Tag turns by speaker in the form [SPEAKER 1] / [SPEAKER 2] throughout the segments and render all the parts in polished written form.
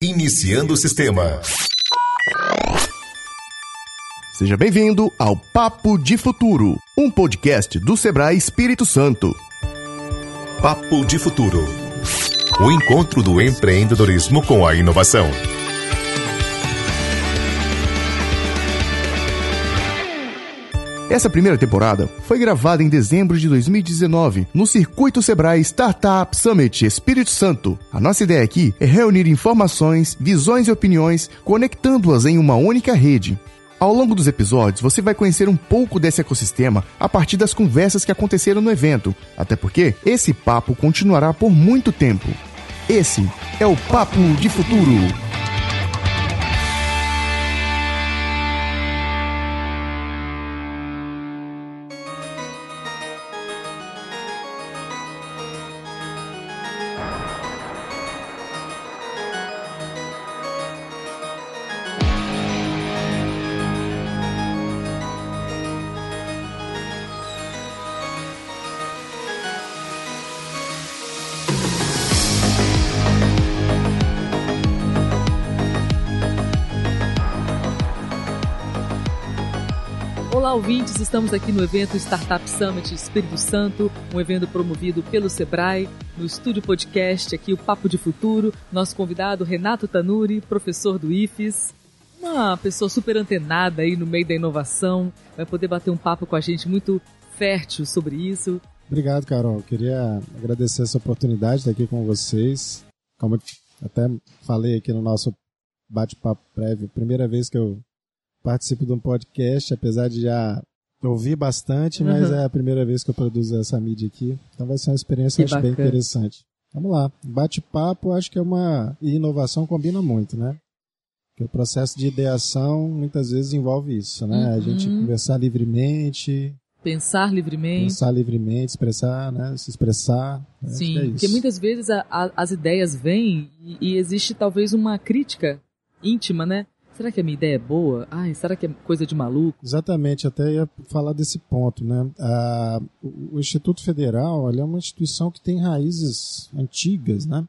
[SPEAKER 1] Iniciando o sistema.
[SPEAKER 2] Seja bem-vindo ao Papo de Futuro, um podcast do Sebrae Espírito Santo.
[SPEAKER 1] Papo de Futuro. O encontro do empreendedorismo com a inovação.
[SPEAKER 2] Essa primeira temporada foi gravada em dezembro de 2019, no Circuito Sebrae Startup Summit Espírito Santo. A nossa ideia aqui é reunir informações, visões e opiniões, conectando-as em uma única rede. Ao longo dos episódios, você vai conhecer um pouco desse ecossistema a partir das conversas que aconteceram no evento, até porque esse papo continuará por muito tempo. Esse é o Papo de Futuro.
[SPEAKER 3] Olá, ouvintes! Estamos aqui no evento Startup Summit Espírito Santo, um evento promovido pelo Sebrae, no Estúdio Podcast, aqui o Papo de Futuro. Nosso convidado, Renato Tanuri, professor do IFES, uma pessoa super antenada aí no meio da inovação, vai poder bater um papo com a gente muito fértil sobre isso.
[SPEAKER 4] Obrigado, Carol. Queria agradecer essa oportunidade de estar aqui com vocês. Como eu até falei aqui no nosso bate-papo prévio, primeira vez que eu participo de um podcast, apesar de já ouvir bastante, mas é a primeira vez que eu produzo essa mídia aqui. Então vai ser uma experiência, acho, bem interessante. Vamos lá. Bate-papo, acho que e inovação combina muito, né? Porque o processo de ideação muitas vezes envolve isso, né? A gente conversar livremente.
[SPEAKER 3] Pensar livremente,
[SPEAKER 4] expressar, né? Se expressar.
[SPEAKER 3] Sim, porque muitas vezes as ideias vêm e existe talvez uma crítica íntima, né? Será que a minha ideia é boa? Ai, será que é coisa de maluco?
[SPEAKER 4] Exatamente, até ia falar desse ponto, né? O Instituto Federal, ele é uma instituição que tem raízes antigas, né?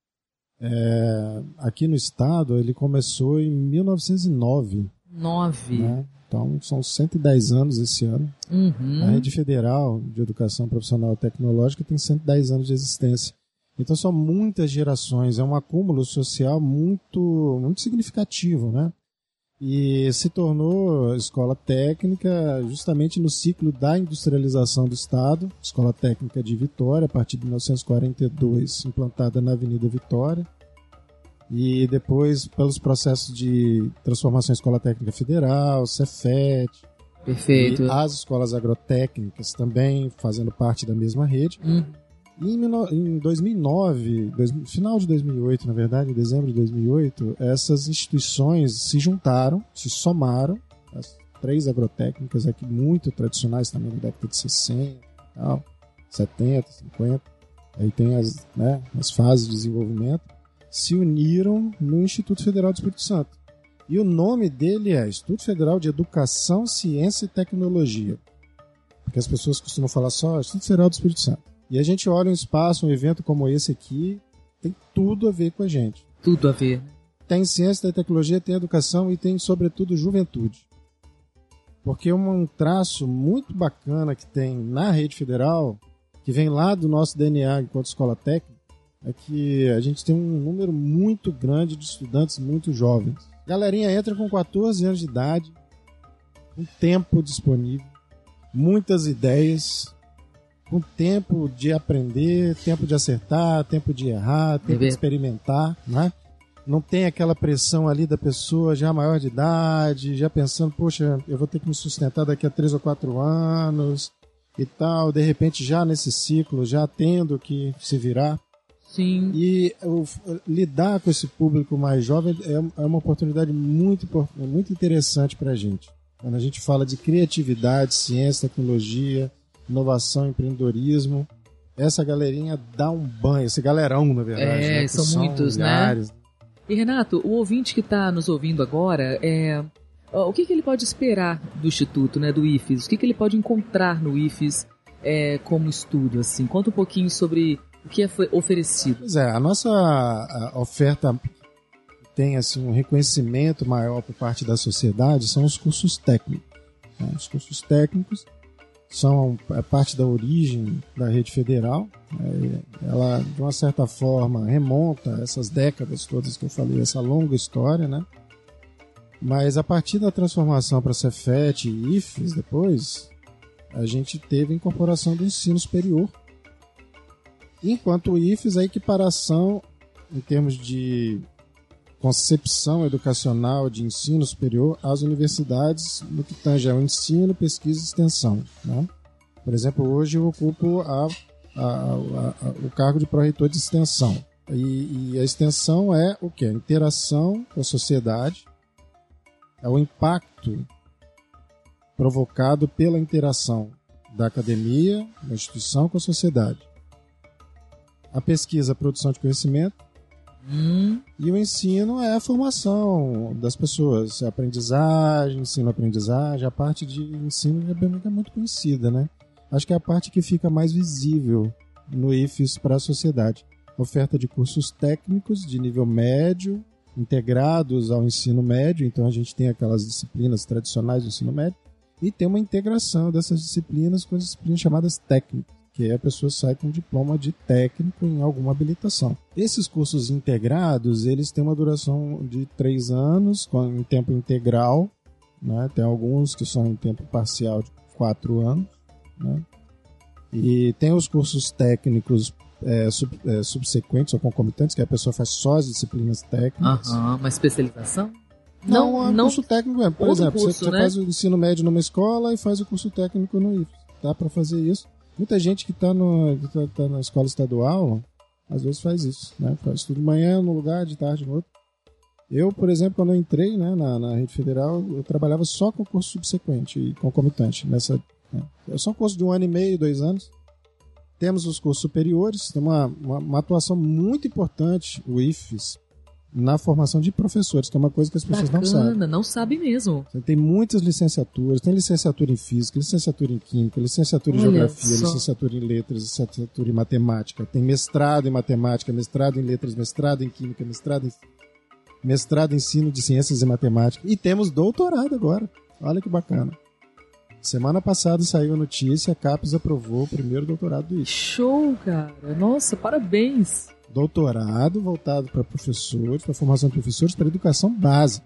[SPEAKER 4] Aqui no estado, ele começou em 1909. Né? Então, são 110 anos esse ano. A Rede Federal de Educação Profissional e Tecnológica tem 110 anos de existência. Então são muitas gerações, é um acúmulo social muito, muito significativo, né? E se tornou escola técnica justamente no ciclo da industrialização do Estado, Escola Técnica de Vitória, a partir de 1942, implantada na Avenida Vitória, e depois pelos processos de transformação em Escola Técnica Federal, Cefet,
[SPEAKER 3] perfeito,
[SPEAKER 4] e as escolas agrotécnicas também fazendo parte da mesma rede. E em 2009, final de 2008, na verdade, em dezembro de 2008, essas instituições se juntaram, se somaram, as 3 agrotécnicas aqui muito tradicionais também na década de 60, 70, 50, aí tem as fases de desenvolvimento, se uniram no Instituto Federal do Espírito Santo. E o nome dele é Instituto Federal de Educação, Ciência e Tecnologia, porque as pessoas costumam falar só Instituto Federal do Espírito Santo. E a gente olha um espaço, um evento como esse aqui, tem tudo a ver com a gente.
[SPEAKER 3] Tudo a ver.
[SPEAKER 4] Tem ciência, tem tecnologia, tem educação e tem, sobretudo, juventude. Porque um traço muito bacana que tem na rede federal, que vem lá do nosso DNA enquanto escola técnica, é que a gente tem um número muito grande de estudantes muito jovens. A galerinha entra com 14 anos de idade, com tempo disponível, muitas ideias, com tempo de aprender, tempo de acertar, tempo de errar, tempo de experimentar, né? Não tem aquela pressão ali da pessoa já maior de idade, já pensando, poxa, eu vou ter que me sustentar daqui a 3 ou 4 anos e tal, de repente já nesse ciclo, já tendo que se virar.
[SPEAKER 3] Sim.
[SPEAKER 4] E lidar com esse público mais jovem é uma oportunidade muito interessante para a gente. Quando a gente fala de criatividade, ciência, tecnologia, inovação, empreendedorismo, essa galerinha dá um banho, esse galerão, na verdade.
[SPEAKER 3] Né? São muitos,
[SPEAKER 4] milhares,
[SPEAKER 3] né? E Renato, o ouvinte que está nos ouvindo agora, o que ele pode esperar do Instituto, né, do IFES? O que ele pode encontrar no IFES como estudo? Assim? Conta um pouquinho sobre o que é oferecido.
[SPEAKER 4] Pois é, a nossa oferta tem assim, um reconhecimento maior por parte da sociedade são os cursos técnicos. Né? Os cursos técnicos são a parte da origem da rede federal. Ela, de uma certa forma, remonta essas décadas todas que eu falei, essa longa história, né? Mas a partir da transformação para Cefet e IFES, depois, a gente teve a incorporação do ensino superior. Enquanto o IFES, a equiparação em termos de concepção educacional de ensino superior às universidades no que tange ao ensino, pesquisa e extensão. Né? Por exemplo, hoje eu ocupo o cargo de pró-reitor de extensão. E a extensão é o quê? A interação com a sociedade, é o impacto provocado pela interação da academia, da instituição com a sociedade. A pesquisa, a produção de conhecimento, e o ensino é a formação das pessoas, a aprendizagem, ensino-aprendizagem, a parte de ensino é muito conhecida, né? Acho que é a parte que fica mais visível no IFES para a sociedade. Oferta de cursos técnicos de nível médio, integrados ao ensino médio, então a gente tem aquelas disciplinas tradicionais do ensino médio, e tem uma integração dessas disciplinas com as disciplinas chamadas técnicas, que aí a pessoa sai com um diploma de técnico em alguma habilitação. Esses cursos integrados, eles têm uma duração de 3 anos, em tempo integral, né? Tem alguns que são em tempo parcial de 4 anos, né? E tem os cursos técnicos subsequentes ou concomitantes, que a pessoa faz só as disciplinas técnicas.
[SPEAKER 3] Uma especialização?
[SPEAKER 4] Não, curso técnico mesmo. Por exemplo,
[SPEAKER 3] curso,
[SPEAKER 4] você
[SPEAKER 3] né?
[SPEAKER 4] faz o ensino médio numa escola e faz o curso técnico no IFES. Dá para fazer isso. Muita gente que está na escola estadual, às vezes faz isso, né? Faz tudo de manhã num lugar, de tarde no outro. Eu, por exemplo, quando eu entrei, né, na rede federal, eu trabalhava só com curso subsequente e concomitante. Né? São cursos de 1 ano e meio, 2 anos. Temos os cursos superiores, tem uma atuação muito importante, o IFES, na formação de professores, que é uma coisa que as pessoas não sabem.
[SPEAKER 3] Não sabem mesmo.
[SPEAKER 4] Tem muitas licenciaturas, tem licenciatura em Física, licenciatura em Química, licenciatura em Geografia, licenciatura em Letras, licenciatura em Matemática, tem mestrado em Matemática, mestrado em Letras, mestrado em Química, mestrado em Ensino de Ciências e Matemática, e temos doutorado agora. Olha que bacana. Semana passada saiu a notícia, a CAPES aprovou o primeiro doutorado do IFES.
[SPEAKER 3] Show, cara! Nossa, parabéns!
[SPEAKER 4] Doutorado voltado para professores, para formação de professores, para educação básica.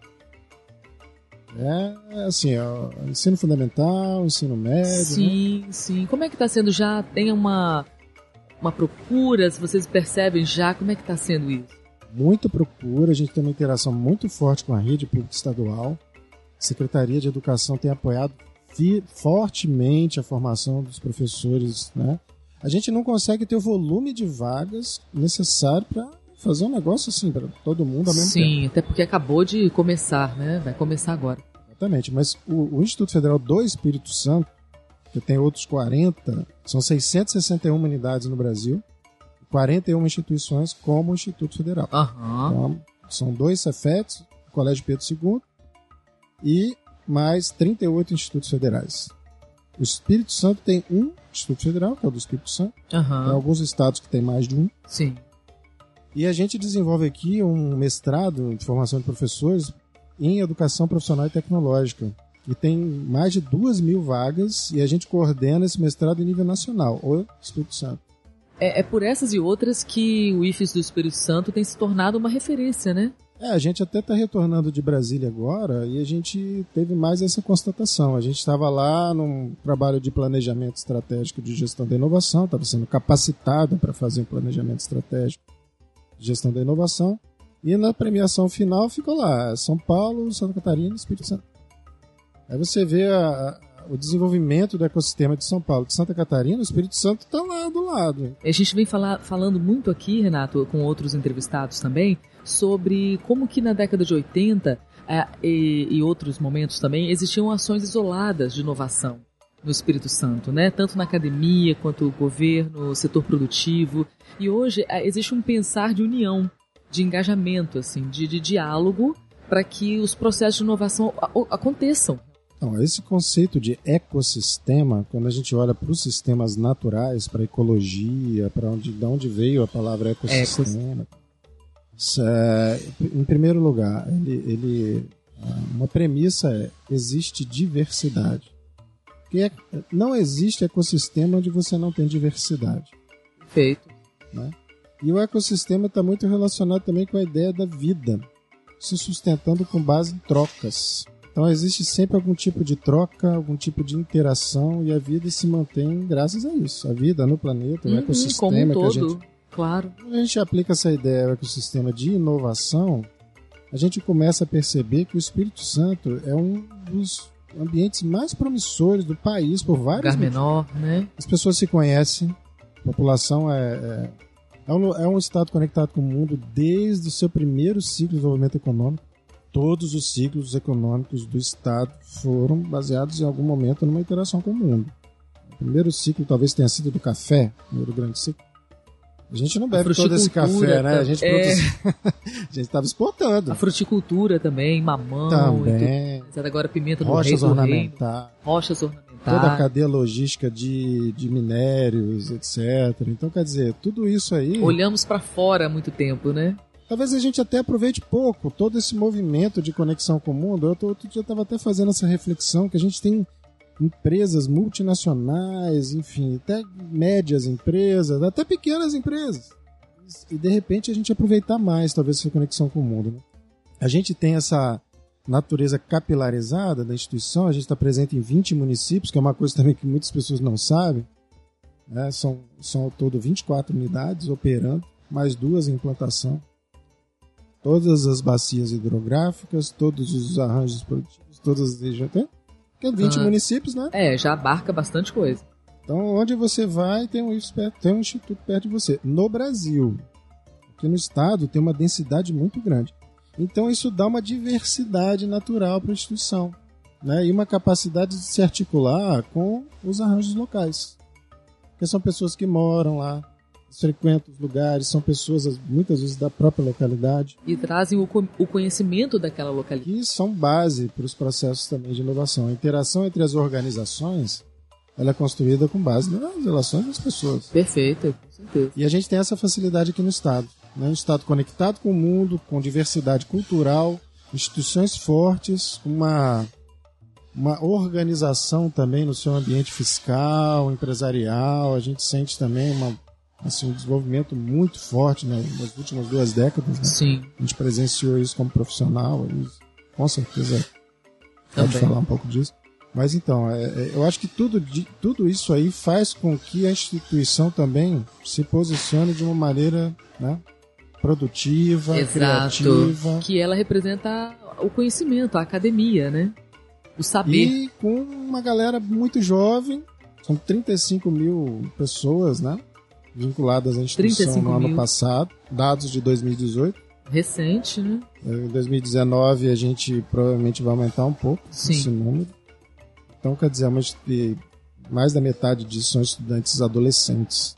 [SPEAKER 4] Assim, ensino fundamental, ensino médio.
[SPEAKER 3] Sim, né? Sim. Como é que está sendo já? Tem uma procura, se vocês percebem já, como é que está sendo isso?
[SPEAKER 4] Muita procura, a gente tem uma interação muito forte com a rede pública estadual. A Secretaria de Educação tem apoiado fortemente a formação dos professores, né? A gente não consegue ter o volume de vagas necessário para fazer um negócio assim, para todo mundo ao mesmo tempo.
[SPEAKER 3] Sim, até porque acabou de começar, né? Vai começar agora.
[SPEAKER 4] Exatamente, mas o Instituto Federal do Espírito Santo, que tem outros 40, são 661 unidades no Brasil, 41 instituições como o Instituto Federal. Então, são 2 Cefets, o Colégio Pedro II, e mais 38 institutos federais. O Espírito Santo tem um Instituto Federal, que é o do Espírito Santo. Tem alguns estados que tem mais de um.
[SPEAKER 3] Sim.
[SPEAKER 4] E a gente desenvolve aqui um mestrado de formação de professores em Educação Profissional e Tecnológica. E tem mais de 2.000 vagas e a gente coordena esse mestrado em nível nacional, o Espírito Santo.
[SPEAKER 3] É por essas e outras que o IFES do Espírito Santo tem se tornado uma referência, né?
[SPEAKER 4] A gente até está retornando de Brasília agora e a gente teve mais essa constatação. A gente estava lá num trabalho de planejamento estratégico de gestão da inovação, estava sendo capacitada para fazer um planejamento estratégico de gestão da inovação, e na premiação final ficou lá, São Paulo, Santa Catarina e Espírito Santo. Aí você vê o desenvolvimento do ecossistema de São Paulo, de Santa Catarina, o Espírito Santo está lá do lado.
[SPEAKER 3] A gente vem falando muito aqui, Renato, com outros entrevistados também, sobre como que na década de 80 e outros momentos também existiam ações isoladas de inovação no Espírito Santo, né? Tanto na academia quanto no governo, no setor produtivo. E hoje existe um pensar de união, de engajamento, assim, de diálogo para que os processos de inovação aconteçam.
[SPEAKER 4] Então, esse conceito de ecossistema, quando a gente olha para os sistemas naturais, para a ecologia, de onde veio a palavra ecossistema, Em primeiro lugar, uma premissa existe diversidade. Porque não existe ecossistema onde você não tem diversidade.
[SPEAKER 3] Perfeito.
[SPEAKER 4] Né? E o ecossistema está muito relacionado também com a ideia da vida, se sustentando com base em trocas. Então existe sempre algum tipo de troca, algum tipo de interação, e a vida se mantém graças a isso. A vida no planeta, o ecossistema
[SPEAKER 3] como um todo,
[SPEAKER 4] que a gente...
[SPEAKER 3] Claro.
[SPEAKER 4] Quando a gente aplica essa ideia ao ecossistema de inovação, a gente começa a perceber que o Espírito Santo é um dos ambientes mais promissores do país por vários
[SPEAKER 3] motivos. Lugar menor, né?
[SPEAKER 4] As pessoas se conhecem, a população é um estado conectado com o mundo desde o seu primeiro ciclo de desenvolvimento econômico. Todos os ciclos econômicos do estado foram baseados em algum momento numa interação com o mundo. O primeiro ciclo talvez tenha sido do café, o primeiro grande ciclo. A gente não bebe todo esse café, né? A gente estava exportando.
[SPEAKER 3] A fruticultura também, mamão.
[SPEAKER 4] Também.
[SPEAKER 3] Agora pimenta do
[SPEAKER 4] rochas
[SPEAKER 3] rei,
[SPEAKER 4] ornamentais.
[SPEAKER 3] Rochas ornamentais.
[SPEAKER 4] Toda a cadeia logística de minérios, etc. Então, quer dizer, tudo isso aí...
[SPEAKER 3] Olhamos para fora há muito tempo, né?
[SPEAKER 4] Talvez a gente até aproveite pouco todo esse movimento de conexão com o mundo. Outro dia eu estava até fazendo essa reflexão que a gente tem empresas multinacionais, enfim, até médias empresas, até pequenas empresas. E de repente a gente aproveitar mais, talvez, essa conexão com o mundo. Né? A gente tem essa natureza capilarizada da instituição, a gente está presente em 20 municípios, que é uma coisa também que muitas pessoas não sabem. Né? São ao todo 24 unidades operando, mais 2 em implantação. Todas as bacias hidrográficas, todos os arranjos produtivos, todas as regiões. Tem 20 municípios, né?
[SPEAKER 3] Já abarca bastante coisa.
[SPEAKER 4] Então, onde você vai, tem um instituto perto de você. No Brasil, aqui no estado, tem uma densidade muito grande. Então, isso dá uma diversidade natural para a instituição, né? E uma capacidade de se articular com os arranjos locais. Porque são pessoas que moram lá, frequentam os lugares, são pessoas, muitas vezes, da própria localidade.
[SPEAKER 3] E trazem o conhecimento daquela localidade.
[SPEAKER 4] E são base para os processos também de inovação. A interação entre as organizações, ela é construída com base nas relações das pessoas.
[SPEAKER 3] Perfeito, com certeza.
[SPEAKER 4] E a gente tem essa facilidade aqui no Estado. Né? Um Estado conectado com o mundo, com diversidade cultural, instituições fortes, uma organização também no seu ambiente fiscal, empresarial. A gente sente também um desenvolvimento muito forte, né, nas últimas 2 décadas. Né?
[SPEAKER 3] Sim.
[SPEAKER 4] A gente presenciou isso como profissional, e com certeza pode falar um pouco disso. Mas então, eu acho que tudo isso aí faz com que a instituição também se posicione de uma maneira, né, produtiva, criativa.
[SPEAKER 3] Que ela representa o conhecimento, a academia, né? O saber.
[SPEAKER 4] E com uma galera muito jovem, são 35 mil pessoas, né? Vinculadas à instituição no ano passado, dados de 2018.
[SPEAKER 3] Recente, né?
[SPEAKER 4] Em 2019 a gente provavelmente vai aumentar um pouco esse número. Então, quer dizer, mais da metade disso são estudantes adolescentes.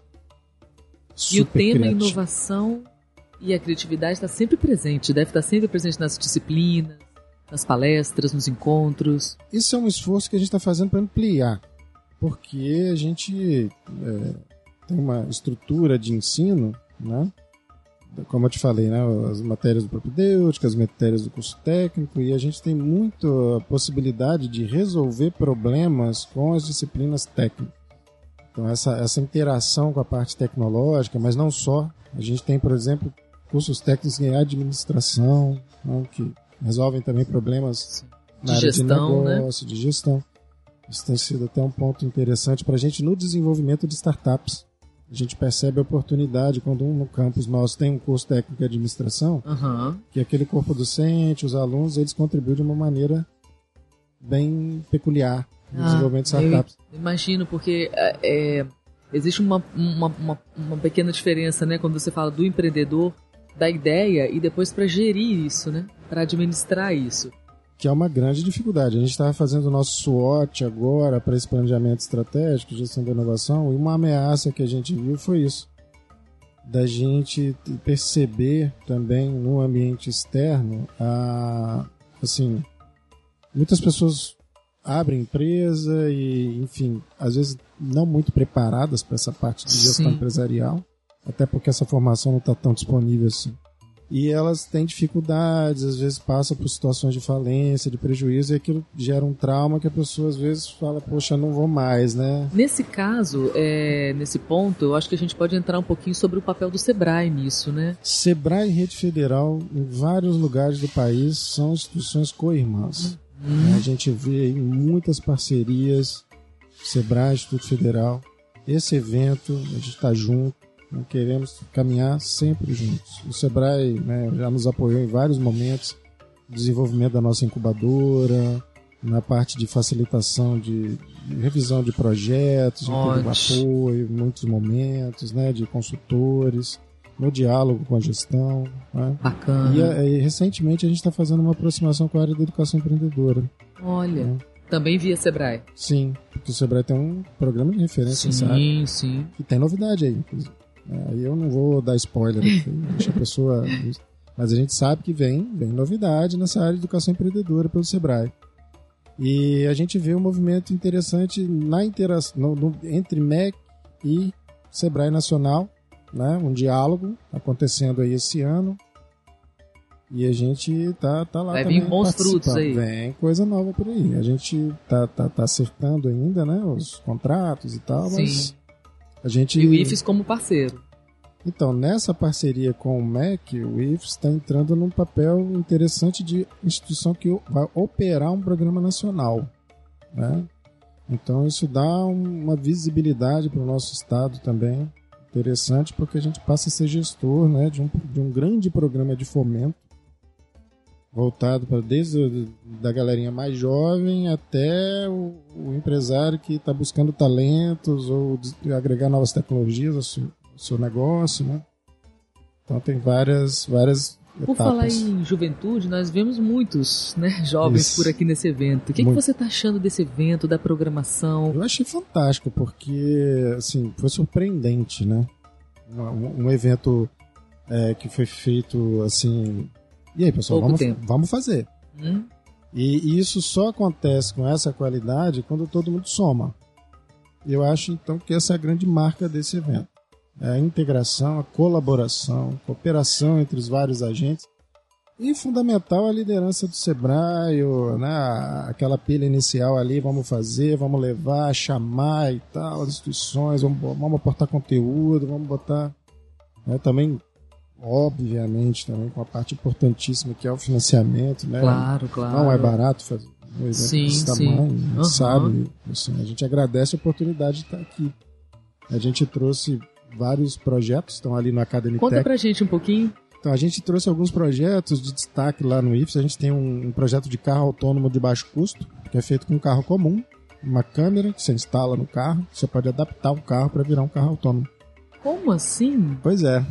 [SPEAKER 3] E o tema inovação e a criatividade está sempre presente, deve estar sempre presente nas disciplinas, nas palestras, nos encontros.
[SPEAKER 4] Isso é um esforço que a gente está fazendo para ampliar, porque a gente... tem uma estrutura de ensino, né? Como eu te falei, né? As matérias do propedêutico, as matérias do curso técnico, e a gente tem muita possibilidade de resolver problemas com as disciplinas técnicas. Então, essa interação com a parte tecnológica, mas não só. A gente tem, por exemplo, cursos técnicos em administração, né? Que resolvem também problemas na área de negócio, de gestão. Isso tem sido até um ponto interessante para a gente no desenvolvimento de startups. A gente percebe a oportunidade quando no campus nosso tem um curso técnico de administração, que aquele corpo docente, os alunos, eles contribuem de uma maneira bem peculiar no desenvolvimento de startups.
[SPEAKER 3] Eu imagino, porque existe uma pequena diferença, né, quando você fala do empreendedor, da ideia, e depois para gerir isso, né, para administrar isso.
[SPEAKER 4] Que é uma grande dificuldade. A gente estava fazendo o nosso SWOT agora para esse planejamento estratégico, gestão da inovação, e uma ameaça que a gente viu foi isso. Da gente perceber também no ambiente externo, assim, muitas pessoas abrem empresa e, enfim, às vezes não muito preparadas para essa parte de gestão empresarial, até porque essa formação não está tão disponível assim. e elas têm dificuldades, às vezes passam por situações de falência, de prejuízo, e aquilo gera um trauma que a pessoa às vezes fala, poxa, não vou mais, né?
[SPEAKER 3] Nesse caso, nesse ponto, eu acho que a gente pode entrar um pouquinho sobre o papel do SEBRAE nisso, né?
[SPEAKER 4] SEBRAE e Rede Federal, em vários lugares do país, são instituições co-irmãs. A gente vê aí muitas parcerias, SEBRAE, Instituto Federal. Esse evento, a gente está junto. Queremos caminhar sempre juntos. O SEBRAE, né, já nos apoiou em vários momentos, no desenvolvimento da nossa incubadora, na parte de facilitação de revisão de projetos, de apoio em muitos momentos, né, de consultores, no diálogo com a gestão. Né?
[SPEAKER 3] Bacana.
[SPEAKER 4] E recentemente a gente está fazendo uma aproximação com a área da educação empreendedora.
[SPEAKER 3] Olha,
[SPEAKER 4] né?
[SPEAKER 3] Também via SEBRAE.
[SPEAKER 4] Sim, porque o SEBRAE tem um programa de referência, sabe?
[SPEAKER 3] Sim.
[SPEAKER 4] E tem novidade aí, inclusive. Aí eu não vou dar spoiler aqui, deixa a pessoa... Mas a gente sabe que vem novidade nessa área de educação empreendedora pelo SEBRAE. E a gente vê um movimento interessante na interação entre MEC e SEBRAE Nacional, né? Um diálogo acontecendo aí esse ano. E a gente tá lá
[SPEAKER 3] vai
[SPEAKER 4] também
[SPEAKER 3] vir bons frutos aí.
[SPEAKER 4] Vem coisa nova por aí. A gente tá acertando ainda, né? Os contratos e tal,
[SPEAKER 3] Sim.
[SPEAKER 4] mas...
[SPEAKER 3] E o IFES como parceiro.
[SPEAKER 4] Então, nessa parceria com o MEC, o IFES está entrando num papel interessante de instituição que vai operar um programa nacional. Né? Então, isso dá uma visibilidade para o nosso estado também. Interessante, porque a gente passa a ser gestor, né, de um grande programa de fomento, voltado para desde da galerinha mais jovem até o empresário que está buscando talentos ou agregar novas tecnologias ao seu negócio, né? Então tem várias etapas.
[SPEAKER 3] Por falar em juventude, nós vemos muitos, né, jovens por aqui nesse evento. O que você está achando desse evento, da programação?
[SPEAKER 4] Eu achei fantástico, porque assim, foi surpreendente, né? Um evento que foi feito assim... E aí, pessoal, vamos fazer. E isso só acontece com essa qualidade quando todo mundo soma. Eu acho, então, que essa é a grande marca desse evento. É a integração, a colaboração, a cooperação entre os vários agentes e, fundamental, a liderança do SEBRAE, né, aquela pilha inicial ali, vamos fazer, vamos levar, chamar e tal, as instituições, vamos aportar conteúdo, vamos botar... Né, também... Obviamente, também com a parte importantíssima que é o financiamento, né?
[SPEAKER 3] Claro.
[SPEAKER 4] Não é barato fazer um evento desse tamanho, a gente sabe. Assim, a gente agradece a oportunidade de estar aqui. A gente trouxe vários projetos, estão ali no Academy
[SPEAKER 3] Conta
[SPEAKER 4] Tech.
[SPEAKER 3] pra gente um pouquinho.
[SPEAKER 4] Então, a gente trouxe alguns projetos de destaque lá no IFES. A gente tem um projeto de carro autônomo de baixo custo, que é feito com um carro comum, uma câmera que você instala no carro, você pode adaptar o carro para virar um carro autônomo.
[SPEAKER 3] Como assim?
[SPEAKER 4] Pois é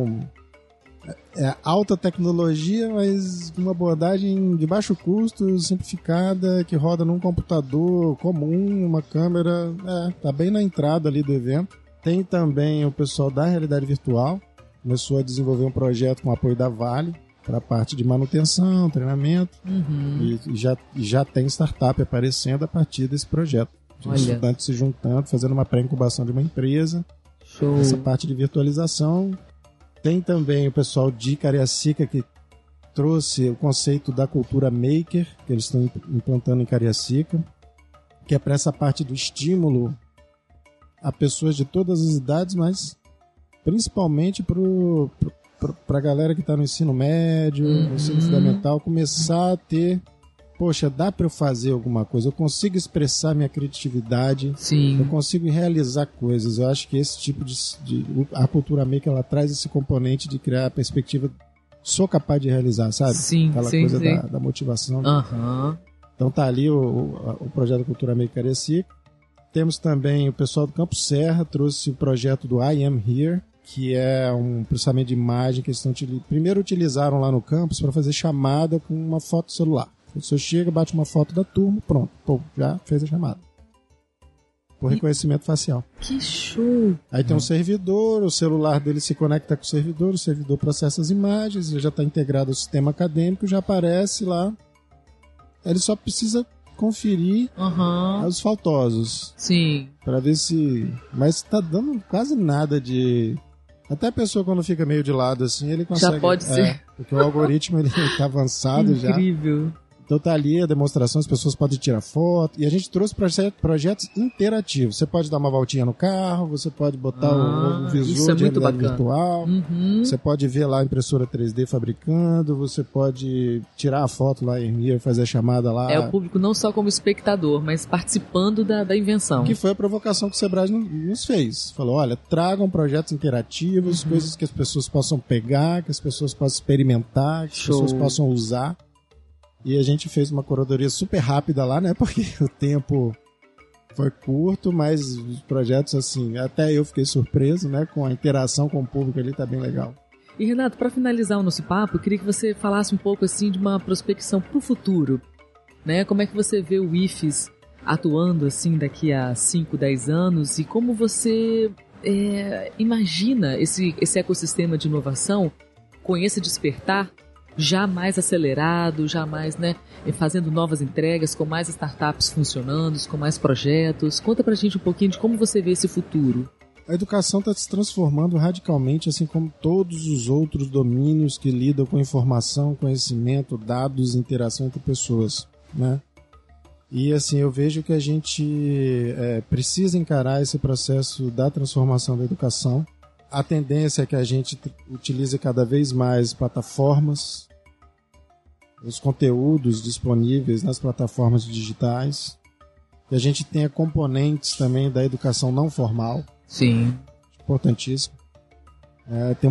[SPEAKER 4] alta tecnologia, mas uma abordagem de baixo custo, simplificada, que roda num computador comum, uma câmera, tá bem na entrada ali do evento. Tem também o pessoal da realidade virtual, começou a desenvolver um projeto com apoio da Vale, para a parte de manutenção, treinamento, e já tem startup aparecendo a partir desse projeto. De estudantes se juntando, fazendo uma pré-incubação de uma empresa.
[SPEAKER 3] Show.
[SPEAKER 4] Essa parte de virtualização. Tem também o pessoal de Cariacica que trouxe o conceito da cultura maker, que eles estão implantando em Cariacica, que é para essa parte do estímulo a pessoas de todas as idades, mas principalmente para a galera que está no ensino médio, no ensino fundamental, começar a ter... Poxa, dá para eu fazer alguma coisa, eu consigo expressar minha criatividade, eu consigo realizar coisas. Eu acho que esse tipo a cultura maker, ela traz esse componente de criar a perspectiva, sou capaz de realizar, sabe? Aquela coisa da motivação. Então tá ali o projeto Cultura Maker Cariacica. Temos também o pessoal do Campo Serra, trouxe o projeto do I Am Here, que é um processamento de imagem que eles primeiro utilizaram lá no campus para fazer chamada com uma foto celular. A pessoa chega, bate uma foto da turma, pronto, já fez a chamada. Por reconhecimento facial.
[SPEAKER 3] Que show!
[SPEAKER 4] Aí tem um servidor, o celular dele se conecta com o servidor processa as imagens, ele já está integrado ao sistema acadêmico, já aparece lá. Ele só precisa conferir os faltosos.
[SPEAKER 3] Sim.
[SPEAKER 4] Para ver se... Mas está dando quase nada de Até a pessoa, quando fica meio de lado assim, ele consegue...
[SPEAKER 3] Já pode ser.
[SPEAKER 4] Porque o algoritmo ele tá avançado já.
[SPEAKER 3] Incrível.
[SPEAKER 4] Então tá ali a demonstração, as pessoas podem tirar foto. E a gente trouxe projetos interativos. Você pode dar uma voltinha no carro, você pode botar o visor de realidade virtual, você pode ver lá a impressora 3D fabricando, você pode tirar a foto lá em Mir, fazer a chamada lá.
[SPEAKER 3] É o público não só como espectador, mas participando da invenção.
[SPEAKER 4] Que foi a provocação que o Sebrae nos fez. Falou, olha, tragam projetos interativos, coisas que as pessoas possam pegar, que as pessoas possam experimentar, que as pessoas possam usar. E a gente fez uma curadoria super rápida lá, né? Porque o tempo foi curto, mas os projetos, assim, até eu fiquei surpreso, né? Com a interação com o público ali, tá bem legal.
[SPEAKER 3] E Renato, para finalizar o nosso papo, eu queria que você falasse um pouco, assim, de uma prospecção para o futuro, né? Como é que você vê o IFES atuando, assim, daqui a 5, 10 anos? E como você imagina esse ecossistema de inovação com esse despertar já mais acelerado, já mais, né, fazendo novas entregas, com mais startups funcionando, com mais projetos? Conta pra gente um pouquinho de como você vê esse futuro.
[SPEAKER 4] A educação está se transformando radicalmente, assim como todos os outros domínios que lidam com informação, conhecimento, dados, interação entre pessoas, né? E assim, eu vejo que a gente precisa encarar esse processo da transformação da educação. A tendência é que a gente utilize cada vez mais plataformas, os conteúdos disponíveis nas plataformas digitais, que a gente tenha componentes também da educação não formal.
[SPEAKER 3] Sim.
[SPEAKER 4] Importantíssimo. Tem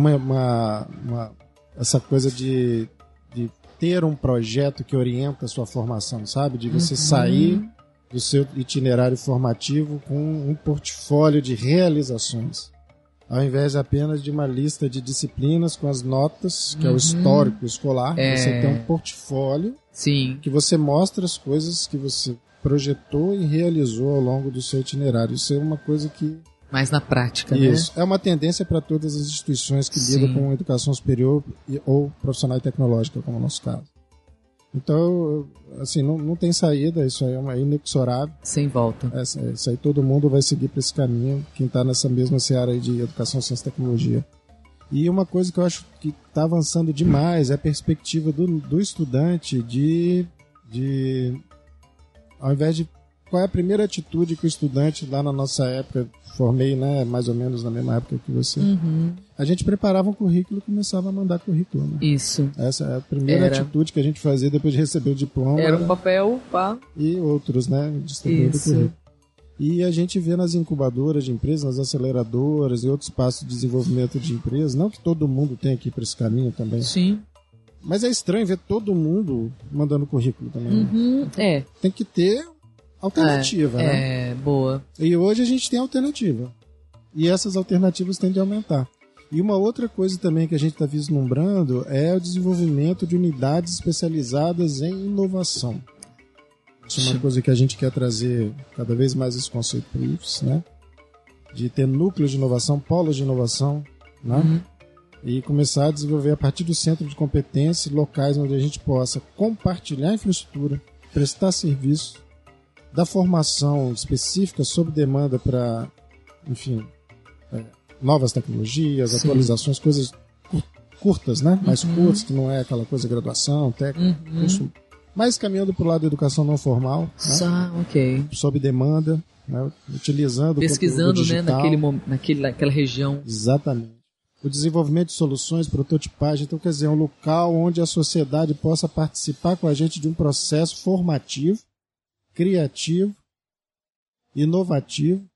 [SPEAKER 4] essa coisa de ter um projeto que orienta a sua formação, sabe? De você sair do seu itinerário formativo com um portfólio de realizações, ao invés apenas de uma lista de disciplinas com as notas, que é o histórico escolar. Você tem um portfólio que você mostra as coisas que você projetou e realizou ao longo do seu itinerário. Isso é uma coisa que...
[SPEAKER 3] mais na prática,
[SPEAKER 4] Isso.
[SPEAKER 3] né?
[SPEAKER 4] É uma tendência para todas as instituições que lidam com educação superior ou profissional e tecnológica, como é o nosso caso. Então, assim, não tem saída, isso aí é inexorável.
[SPEAKER 3] Sem volta.
[SPEAKER 4] Isso aí todo mundo vai seguir para esse caminho, quem está nessa mesma seara aí de educação, ciência e tecnologia. E uma coisa que eu acho que está avançando demais é a perspectiva do estudante de ao invés de... Qual é a primeira atitude que o estudante, lá na nossa época, formei, né, mais ou menos na mesma época que você, a gente preparava um currículo e começava a mandar currículo. Né?
[SPEAKER 3] Isso.
[SPEAKER 4] Essa é a primeira atitude que a gente fazia depois de receber o diploma.
[SPEAKER 3] Era um papel, pá.
[SPEAKER 4] E outros, né, distribuindo o currículo. E a gente vê nas incubadoras de empresas, nas aceleradoras e outros espaços de desenvolvimento de empresas, não que todo mundo tenha que ir para esse caminho também.
[SPEAKER 3] Sim.
[SPEAKER 4] Mas é estranho ver todo mundo mandando currículo também.
[SPEAKER 3] Né?
[SPEAKER 4] Tem que ter alternativa, né?
[SPEAKER 3] Boa.
[SPEAKER 4] E hoje a gente tem alternativa. E essas alternativas tendem a aumentar. E uma outra coisa também que a gente está vislumbrando é o desenvolvimento de unidades especializadas em inovação. Isso é uma coisa que a gente quer trazer cada vez mais esse conceito para o IFES, né? De ter núcleos de inovação, polos de inovação, né? E começar a desenvolver a partir do centro de competência locais onde a gente possa compartilhar a infraestrutura, prestar serviço, da formação específica sob demanda para, enfim, novas tecnologias, atualizações, coisas curtas, né? Mais curtas, que não é aquela coisa de graduação, técnica, curso, mas caminhando para o lado da educação não formal, né? Sob demanda, né? Utilizando
[SPEAKER 3] pesquisando,
[SPEAKER 4] o digital,
[SPEAKER 3] né? Naquela região.
[SPEAKER 4] Exatamente. O desenvolvimento de soluções, prototipagem, então quer dizer, é um local onde a sociedade possa participar com a gente de um processo formativo, criativo, inovativo,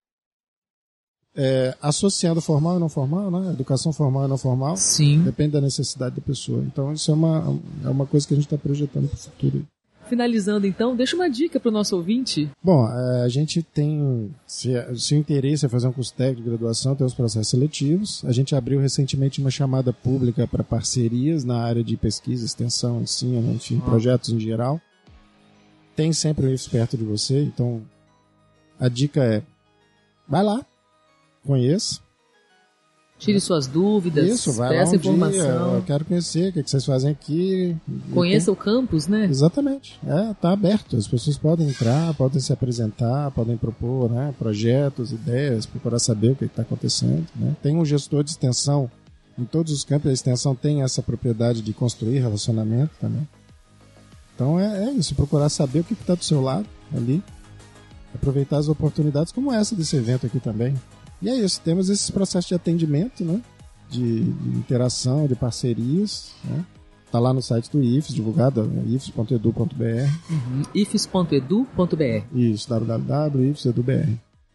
[SPEAKER 4] associando formal e não formal, né? Educação formal e não formal.
[SPEAKER 3] Sim.
[SPEAKER 4] Depende da necessidade da pessoa. Então isso é uma coisa que a gente está projetando para o futuro.
[SPEAKER 3] Finalizando então, deixa uma dica para o nosso ouvinte.
[SPEAKER 4] Bom, a gente tem, se o interesse é fazer um curso técnico de graduação, tem os processos seletivos. A gente abriu recentemente uma chamada pública para parcerias na área de pesquisa, extensão, ensino, enfim, projetos em geral. Tem sempre um IFES perto de você, então a dica é: vai lá, conheça,
[SPEAKER 3] Tire suas dúvidas,
[SPEAKER 4] isso, vai
[SPEAKER 3] peça
[SPEAKER 4] lá
[SPEAKER 3] informação.
[SPEAKER 4] Dia, eu quero conhecer o que vocês fazem aqui.
[SPEAKER 3] Conheça o campus, né?
[SPEAKER 4] Exatamente. Tá aberto. As pessoas podem entrar, podem se apresentar, podem propor, né, projetos, ideias, procurar saber o que está acontecendo. Né? Tem um gestor de extensão. Em todos os campos, a extensão tem essa propriedade de construir relacionamento também. Então é isso, procurar saber o que está do seu lado ali. Aproveitar as oportunidades como essa desse evento aqui também. E é isso, temos esses processos de atendimento, né? De interação, de parcerias, né? Tá lá no site do IFES, divulgado, ifes.edu.br.
[SPEAKER 3] ifes.edu.br.
[SPEAKER 4] Isso, www.ifes.edu.br.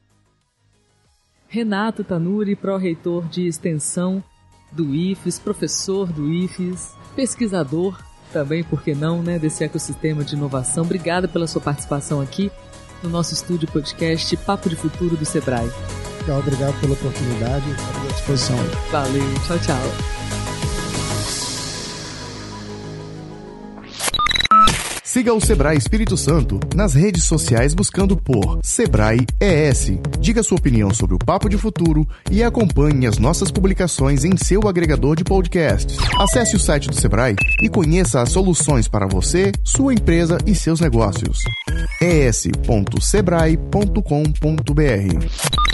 [SPEAKER 3] Renato Tanuri, pró-reitor de extensão do IFES, professor do IFES, pesquisador também, por que não, né, desse ecossistema de inovação. Obrigada pela sua participação aqui no nosso estúdio podcast Papo de Futuro do Sebrae.
[SPEAKER 4] Obrigado pela oportunidade, à disposição.
[SPEAKER 3] Valeu, tchau, tchau.
[SPEAKER 2] Siga o Sebrae Espírito Santo nas redes sociais buscando por Sebrae ES. Diga sua opinião sobre o Papo de Futuro e acompanhe as nossas publicações em seu agregador de podcasts. Acesse o site do Sebrae e conheça as soluções para você, sua empresa e seus negócios. es.sebrae.com.br.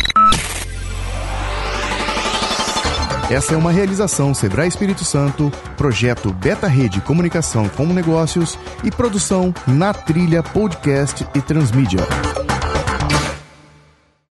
[SPEAKER 2] Essa é uma realização Sebrae Espírito Santo, projeto Beta Rede Comunicação com Negócios e produção Na Trilha Podcast e Transmídia.